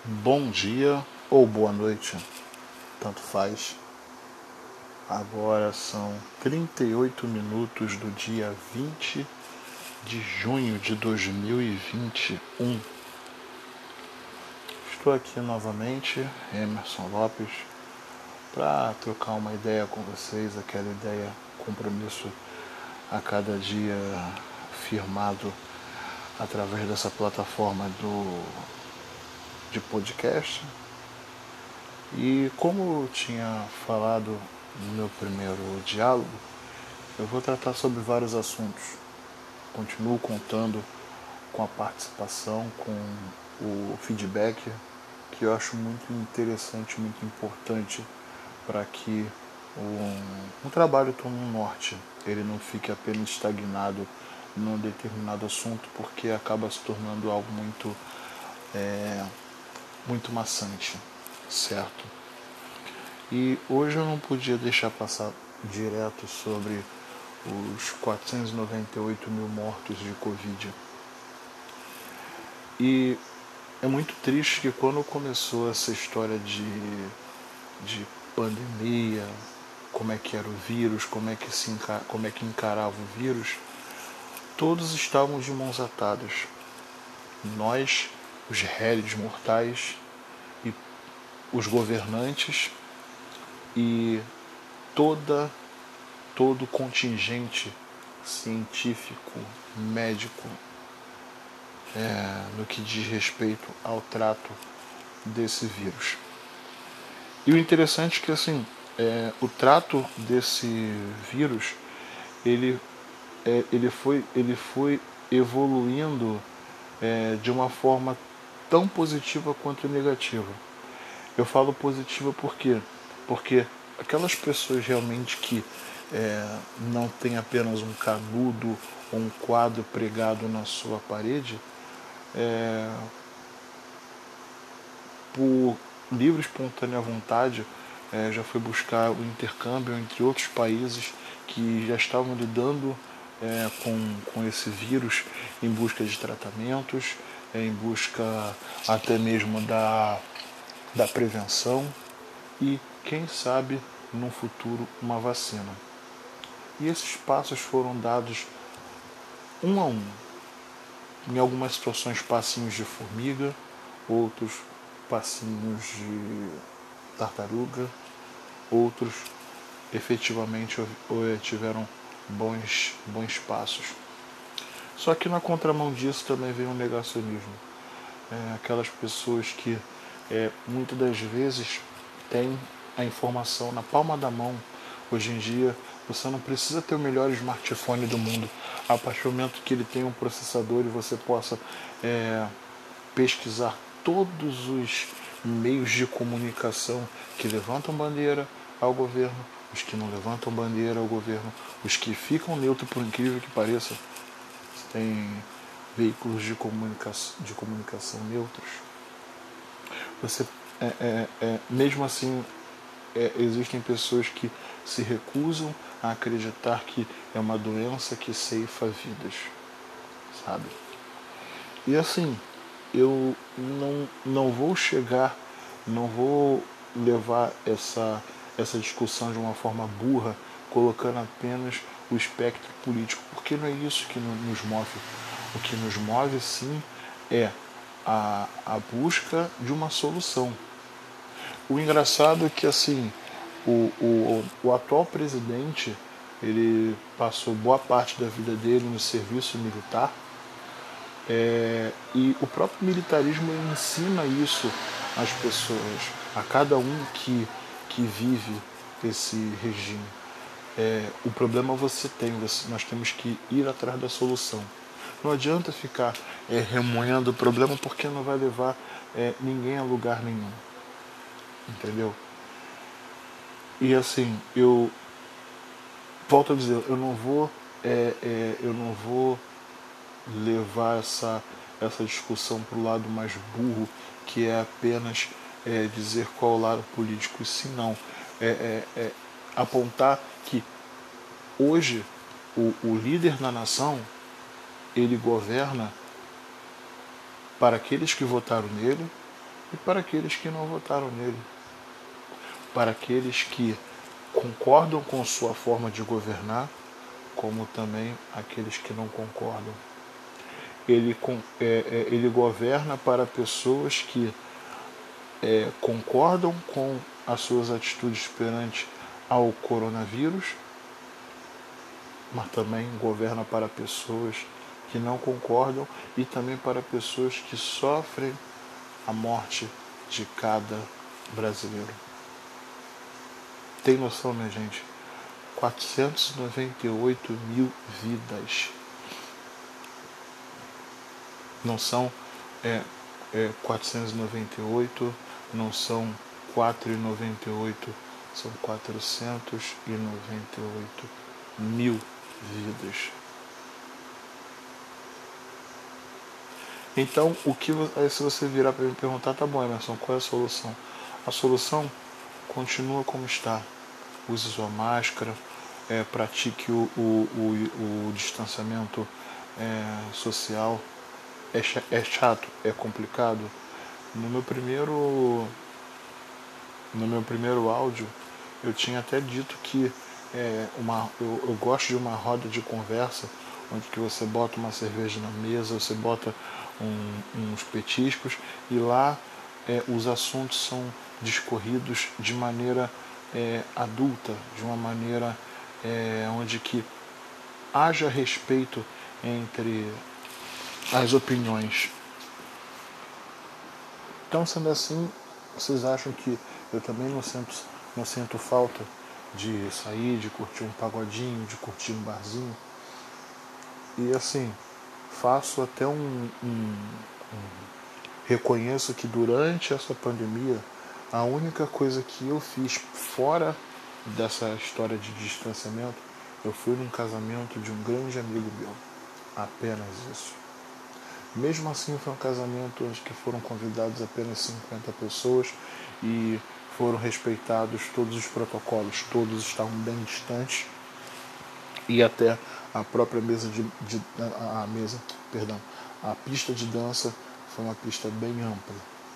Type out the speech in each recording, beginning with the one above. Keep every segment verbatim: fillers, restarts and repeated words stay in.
Bom dia ou boa noite, tanto faz. Agora são trinta e oito minutos do dia vinte de junho de dois mil e vinte e um. Estou aqui novamente, Emerson Lopes, para trocar uma ideia com vocês, aquela ideia, compromisso a cada dia firmado através dessa plataforma do, de podcast. E como eu tinha falado no meu primeiro diálogo, eu vou tratar sobre vários assuntos. Continuo contando com a participação, com o feedback, que eu acho muito interessante, muito importante para que um, um trabalho tome um norte, ele não fique apenas estagnado num determinado assunto, porque acaba se tornando algo muito, é, muito maçante, certo? E hoje eu não podia deixar passar direto sobre os quatrocentos e noventa e oito mil mortos de Covid. E é muito triste que quando começou essa história de, de pandemia, como é que era o vírus, como é que, se enca- como é que encarava o vírus, todos estávamos de mãos atadas. Nós, os réis mortais, e os governantes e toda, todo o contingente científico, médico, é, no que diz respeito ao trato desse vírus. E o interessante é que assim, é, o trato desse vírus, ele, é, ele, foi, ele foi evoluindo é, de uma forma tão positiva quanto negativa. Eu falo positiva por quê? Porque aquelas pessoas realmente que é, não tem apenas um canudo ou um quadro pregado na sua parede, é, por livre e espontânea vontade, é, já foi buscar o intercâmbio entre outros países que já estavam lidando é, com, com esse vírus em busca de tratamentos, é, em busca até mesmo da, da prevenção e, quem sabe, no futuro, uma vacina. E esses passos foram dados um a um. Em algumas situações, passinhos de formiga, outros passinhos de tartaruga, outros efetivamente tiveram bons, bons passos. Só que na contramão disso também vem o negacionismo. É, aquelas pessoas que é, muitas das vezes têm a informação na palma da mão. Hoje em dia você não precisa ter o melhor smartphone do mundo. A partir do momento que ele tem um processador e você possa é, pesquisar todos os meios de comunicação que levantam bandeira ao governo, os que não levantam bandeira ao governo, os que ficam neutros, por incrível que pareça. Tem veículos de comunicação, de comunicação neutros. Você, é, é, é, mesmo assim, é, existem pessoas que se recusam a acreditar que é uma doença que ceifa vidas, sabe? E assim, eu não, não vou chegar, não vou levar essa, essa discussão de uma forma burra, colocando apenas o espectro político, porque não é isso que nos move. O que nos move, sim, é a, a busca de uma solução. O engraçado é que, assim, o, o, o atual presidente, ele passou boa parte da vida dele no serviço militar, é, e o próprio militarismo ensina isso às pessoas, a cada um que, que vive esse regime. É, o problema você tem, você, nós temos que ir atrás da solução. Não adianta ficar é, remoendo o problema, porque não vai levar é, ninguém a lugar nenhum. Entendeu? E assim, eu volto a dizer, eu não vou, é, é, eu não vou levar essa, essa discussão para o lado mais burro, que é apenas é, dizer qual é o lado político, e sim não. É, é, é apontar que hoje o, o líder da nação, ele governa para aqueles que votaram nele, e para aqueles que não votaram nele, para aqueles que concordam com sua forma de governar, como também aqueles que não concordam. Ele, é, é, ele governa para pessoas que é, concordam com as suas atitudes perante ao coronavírus, mas também governa para pessoas que não concordam e também para pessoas que sofrem a morte de cada brasileiro. Tem noção, minha gente? quatrocentos e noventa e oito mil vidas. Não são é, é, quatrocentos e noventa e oito, não são quatro e noventa e oito, são quatrocentos e noventa e oito mil vidas. Então, o que aí se você virar para me perguntar, tá bom, Emerson, qual é a solução? A solução continua como está. Use sua máscara, é, pratique o, o, o, o distanciamento é, social. É, é chato, é complicado. No meu primeiro no meu primeiro áudio, eu tinha até dito que é, uma, eu, eu gosto de uma roda de conversa onde que você bota uma cerveja na mesa, você bota um, uns petiscos e lá é, os assuntos são discorridos de maneira é, adulta, de uma maneira é, onde que haja respeito entre as opiniões. Então, sendo assim, vocês acham que eu também não sinto, não sinto falta de sair, de curtir um pagodinho, de curtir um barzinho? E assim, faço até um, um, um... Reconheço que durante essa pandemia, a única coisa que eu fiz fora dessa história de distanciamento, eu fui num casamento de um grande amigo meu. Apenas isso. Mesmo assim, foi um casamento onde que foram convidados apenas cinquenta pessoas e foram respeitados todos os protocolos, todos estavam bem distantes e até a própria mesa de, de a, a mesa, perdão, a pista de dança foi uma pista bem ampla.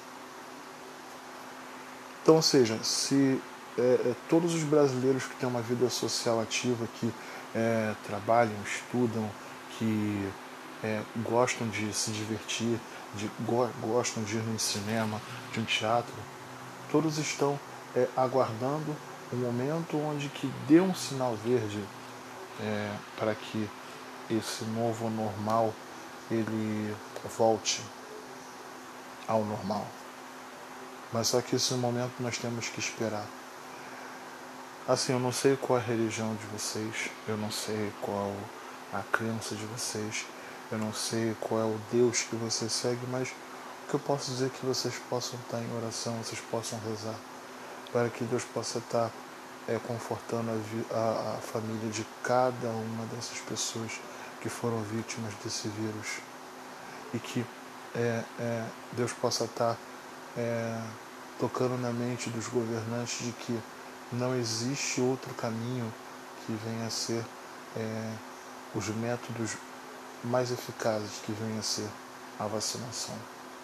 Então, ou seja, se é, é, todos os brasileiros que têm uma vida social ativa, que é, trabalham, estudam, que é, gostam de se divertir, de, go, gostam de ir no cinema, de um teatro, todos estão é, aguardando um momento onde que dê um sinal verde é, para que esse novo normal ele volte ao normal. Mas só que esse momento nós temos que esperar. Assim, eu não sei qual é a religião de vocês, eu não sei qual a crença de vocês, eu não sei qual é o Deus que vocês seguem, mas o que eu posso dizer é que vocês possam estar em oração, vocês possam rezar, para que Deus possa estar é, confortando a, a, a família de cada uma dessas pessoas que foram vítimas desse vírus. E que é, é, Deus possa estar é, tocando na mente dos governantes de que não existe outro caminho que venha a ser é, os métodos mais eficazes, que venha a ser a vacinação.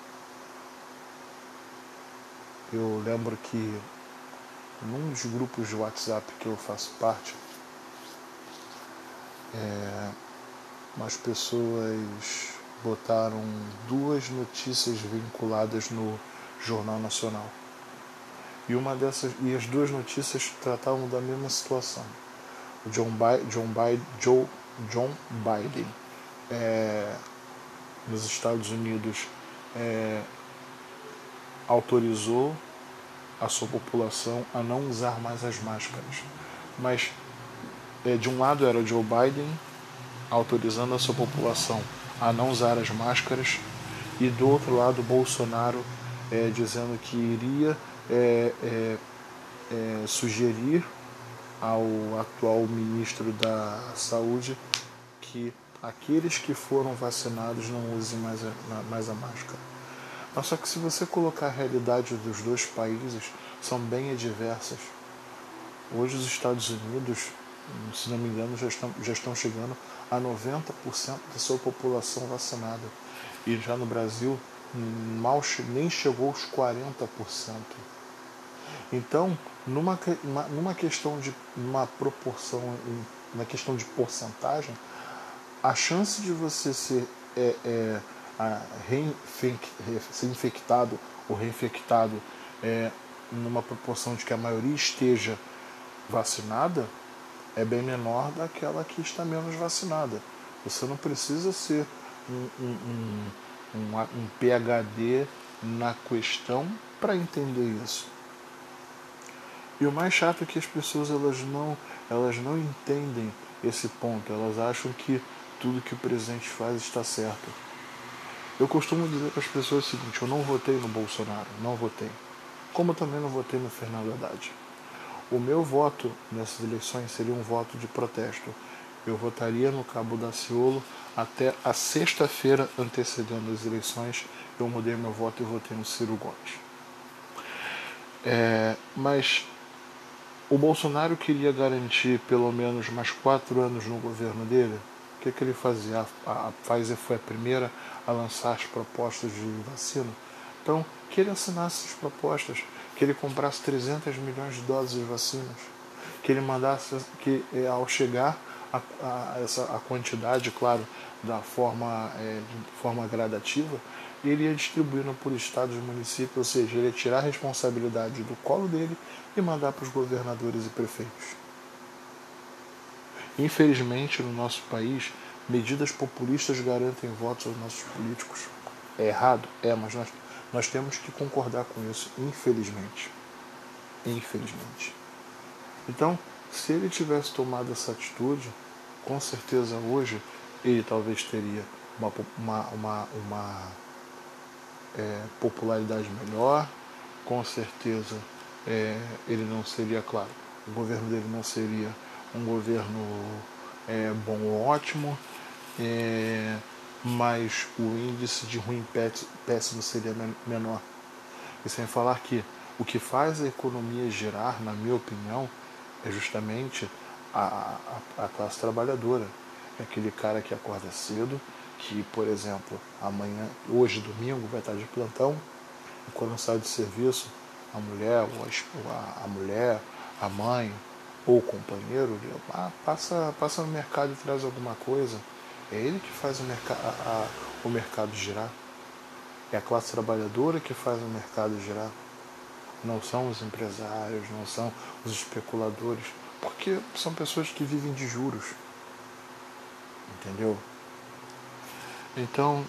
Eu lembro que num dos grupos de WhatsApp que eu faço parte, é, umas pessoas botaram duas notícias vinculadas no Jornal Nacional. E uma dessas, e as duas notícias tratavam da mesma situação. O John, Bi, John, Bi, Joe, John Biden, é, nos Estados Unidos, é, autorizou a sua população a não usar mais as máscaras. Mas, é, de um lado era o Joe Biden autorizando a sua população a não usar as máscaras, e do outro lado Bolsonaro é, dizendo que iria é, é, é, sugerir ao atual ministro da Saúde que aqueles que foram vacinados não usem mais a, mais a máscara. Mas só que se você colocar a realidade dos dois países, são bem adversas. Hoje os Estados Unidos, se não me engano, já estão, já estão chegando a noventa por cento da sua população vacinada. E já no Brasil, mal nem chegou aos quarenta por cento. Então, numa, numa questão de uma proporção, na questão de porcentagem, a chance de você ser, é, é, a reinfec, ser infectado ou reinfectado é, numa proporção de que a maioria esteja vacinada é bem menor daquela que está menos vacinada. Você não precisa ser um, um, um, um, um PhD na questão para entender isso. E o mais chato é que as pessoas elas não, elas não entendem esse ponto. Elas acham que tudo que o presidente faz está certo. Eu costumo dizer para as pessoas o seguinte: eu não votei no Bolsonaro, não votei. Como também não votei no Fernando Haddad. O meu voto nessas eleições seria um voto de protesto. Eu votaria no Cabo Daciolo até a sexta-feira antecedendo as eleições. Eu mudei meu voto e votei no Ciro Gomes. É, mas o Bolsonaro queria garantir pelo menos mais quatro anos no governo dele. O que, que ele fazia? A, a Pfizer foi a primeira a lançar as propostas de vacina. Então, que ele assinasse as propostas, que ele comprasse trezentos milhões de doses de vacinas, que ele mandasse, que ao chegar a, a, essa, a quantidade, claro, da forma, é, de forma gradativa, ele ia distribuindo por estados e municípios, ou seja, ele ia tirar a responsabilidade do colo dele e mandar para os governadores e prefeitos. Infelizmente, no nosso país, medidas populistas garantem votos aos nossos políticos. É errado? É, mas nós, nós temos que concordar com isso, infelizmente. Infelizmente. Então, se ele tivesse tomado essa atitude, com certeza hoje ele talvez teria uma, uma, uma, uma é, popularidade melhor, com certeza é, ele não seria, claro, o governo dele não seria um governo é, bom ou ótimo, é, mas o índice de ruim péssimo seria menor. E sem falar que o que faz a economia girar, na minha opinião, é justamente a, a, a classe trabalhadora. É aquele cara que acorda cedo, que, por exemplo, amanhã, hoje, domingo, vai estar de plantão, e quando sai de serviço, a mulher, ou a, a mulher, a mãe, ou o companheiro, ah, passa, passa no mercado e traz alguma coisa. É ele que faz o, merc a, a, o mercado girar. É a classe trabalhadora que faz o mercado girar. Não são os empresários, não são os especuladores, porque são pessoas que vivem de juros. Entendeu? Então,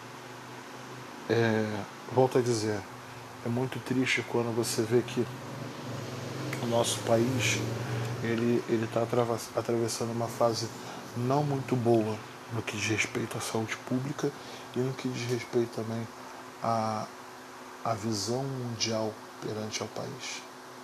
é, volto a dizer, é muito triste quando você vê que o nosso país ele ele está atravessando uma fase não muito boa no que diz respeito à saúde pública e no que diz respeito também à, à visão mundial perante ao país.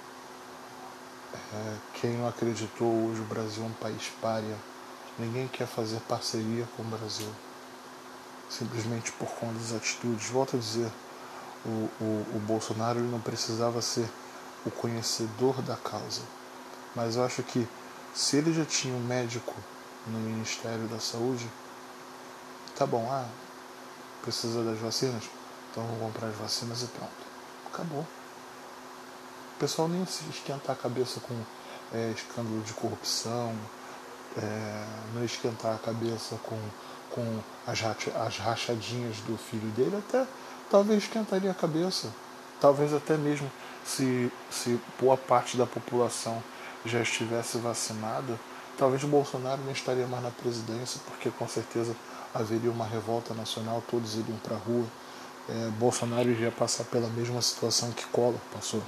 É, quem não acreditou hoje o Brasil é um país pária, ninguém quer fazer parceria com o Brasil, simplesmente por conta das atitudes. Volto a dizer, o, o, o Bolsonaro ele não precisava ser o conhecedor da causa, mas eu acho que se ele já tinha um médico no Ministério da Saúde, tá bom, ah, precisa das vacinas? Então vou comprar as vacinas e pronto. Acabou. O pessoal nem se esquentar a cabeça com é, escândalo de corrupção, é, não esquentar a cabeça com, com as, as rachadinhas do filho dele, até talvez esquentaria a cabeça. Talvez até mesmo se, se boa parte da população já estivesse vacinada, talvez o Bolsonaro não estaria mais na presidência, porque com certeza haveria uma revolta nacional, todos iriam para a rua. É, Bolsonaro iria passar pela mesma situação que Collor passou.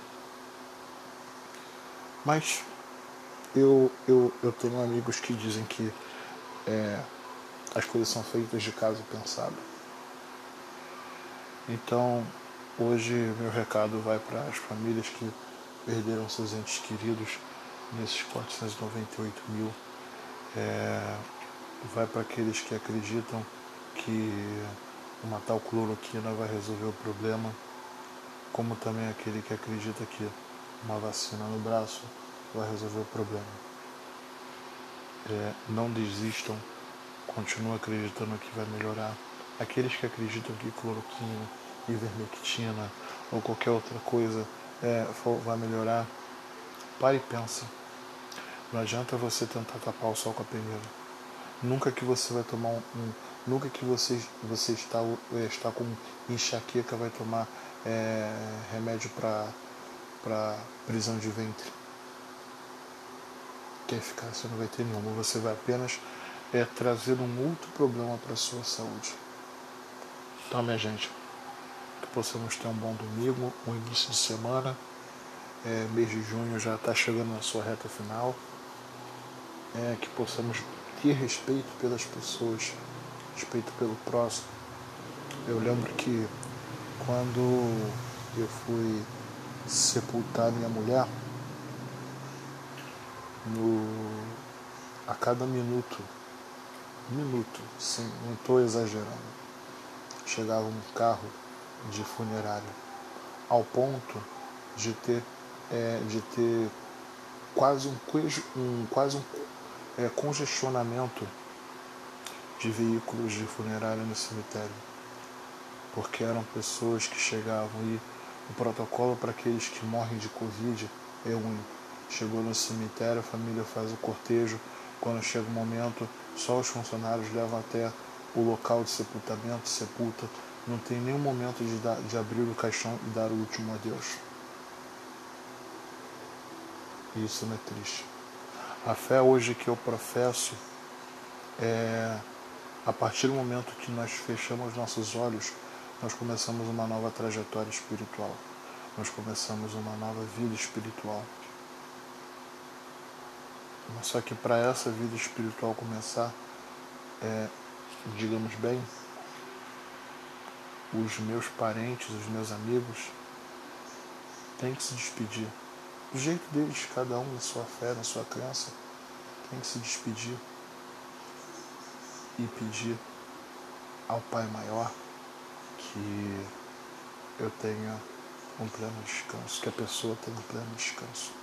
Mas eu, eu, eu tenho amigos que dizem que é, as coisas são feitas de caso pensado. Então, hoje meu recado vai para as famílias que perderam seus entes queridos nesses quatrocentos e noventa e oito mil. É, vai para aqueles que acreditam que uma tal cloroquina vai resolver o problema, como também aquele que acredita que uma vacina no braço vai resolver o problema. É, não desistam, continuem acreditando que vai melhorar. Aqueles que acreditam que cloroquina ivermectina ou qualquer outra coisa é, vai melhorar. Pare e pensa. Não adianta você tentar tapar o sol com a peneira. Nunca que você vai tomar um, um nunca que você, você está, está com enxaqueca vai tomar é, remédio para prisão de ventre. Que eficácia não vai ter nenhuma. Você vai apenas é, trazer um outro problema para a sua saúde. Então, minha gente, que possamos ter um bom domingo, um início de semana. É, mês de junho já está chegando na sua reta final. É, que possamos ter respeito pelas pessoas, respeito pelo próximo. Eu lembro que quando eu fui sepultar minha mulher, no, a cada minuto, minuto, sim, não estou exagerando, chegava um carro de funerária, ao ponto de ter, é, de ter quase um, um, quase um é, congestionamento de veículos de funerária no cemitério, porque eram pessoas que chegavam e o protocolo para aqueles que morrem de Covid é único. Chegou no cemitério, a família faz o cortejo, quando chega o momento, só os funcionários levam até o local de sepultamento, sepulta, não tem nenhum momento de, dar, de abrir o caixão e dar o último adeus. E isso não é triste. A fé hoje que eu professo é, a partir do momento que nós fechamos nossos olhos, nós começamos uma nova trajetória espiritual. Nós começamos uma nova vida espiritual. Mas só que para essa vida espiritual começar, é, digamos bem, os meus parentes, os meus amigos, têm que se despedir. Do jeito deles, cada um na sua fé, na sua crença, tem que se despedir e pedir ao Pai Maior que eu tenha um pleno descanso, que a pessoa tenha um pleno descanso.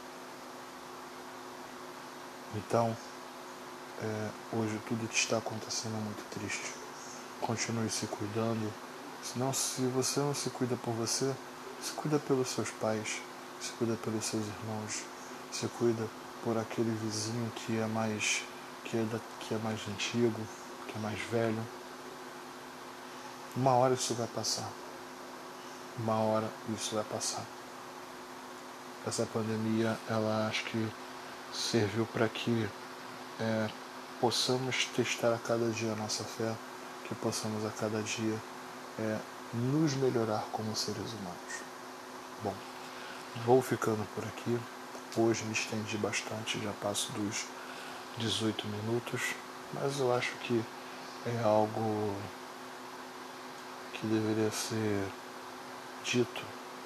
Então, é, hoje tudo que está acontecendo é muito triste. Continue se cuidando. Senão, se você não se cuida por você, se cuida pelos seus pais, se cuida pelos seus irmãos, se cuida por aquele vizinho que é mais, que é, da, que é mais antigo, que é mais velho. Uma hora isso vai passar. Uma hora isso vai passar. Essa pandemia, ela acho que serviu para que é, possamos testar a cada dia a nossa fé, que possamos a cada dia é, nos melhorar como seres humanos. Bom, vou ficando por aqui. Hoje me estendi bastante, já passo dos dezoito minutos, mas eu acho que é algo que deveria ser dito,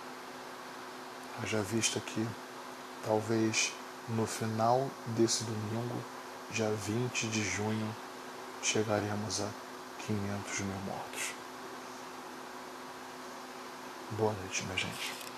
haja vista que talvez no final desse domingo, dia vinte de junho, chegaremos a quinhentos mil mortos. Boa noite, minha gente.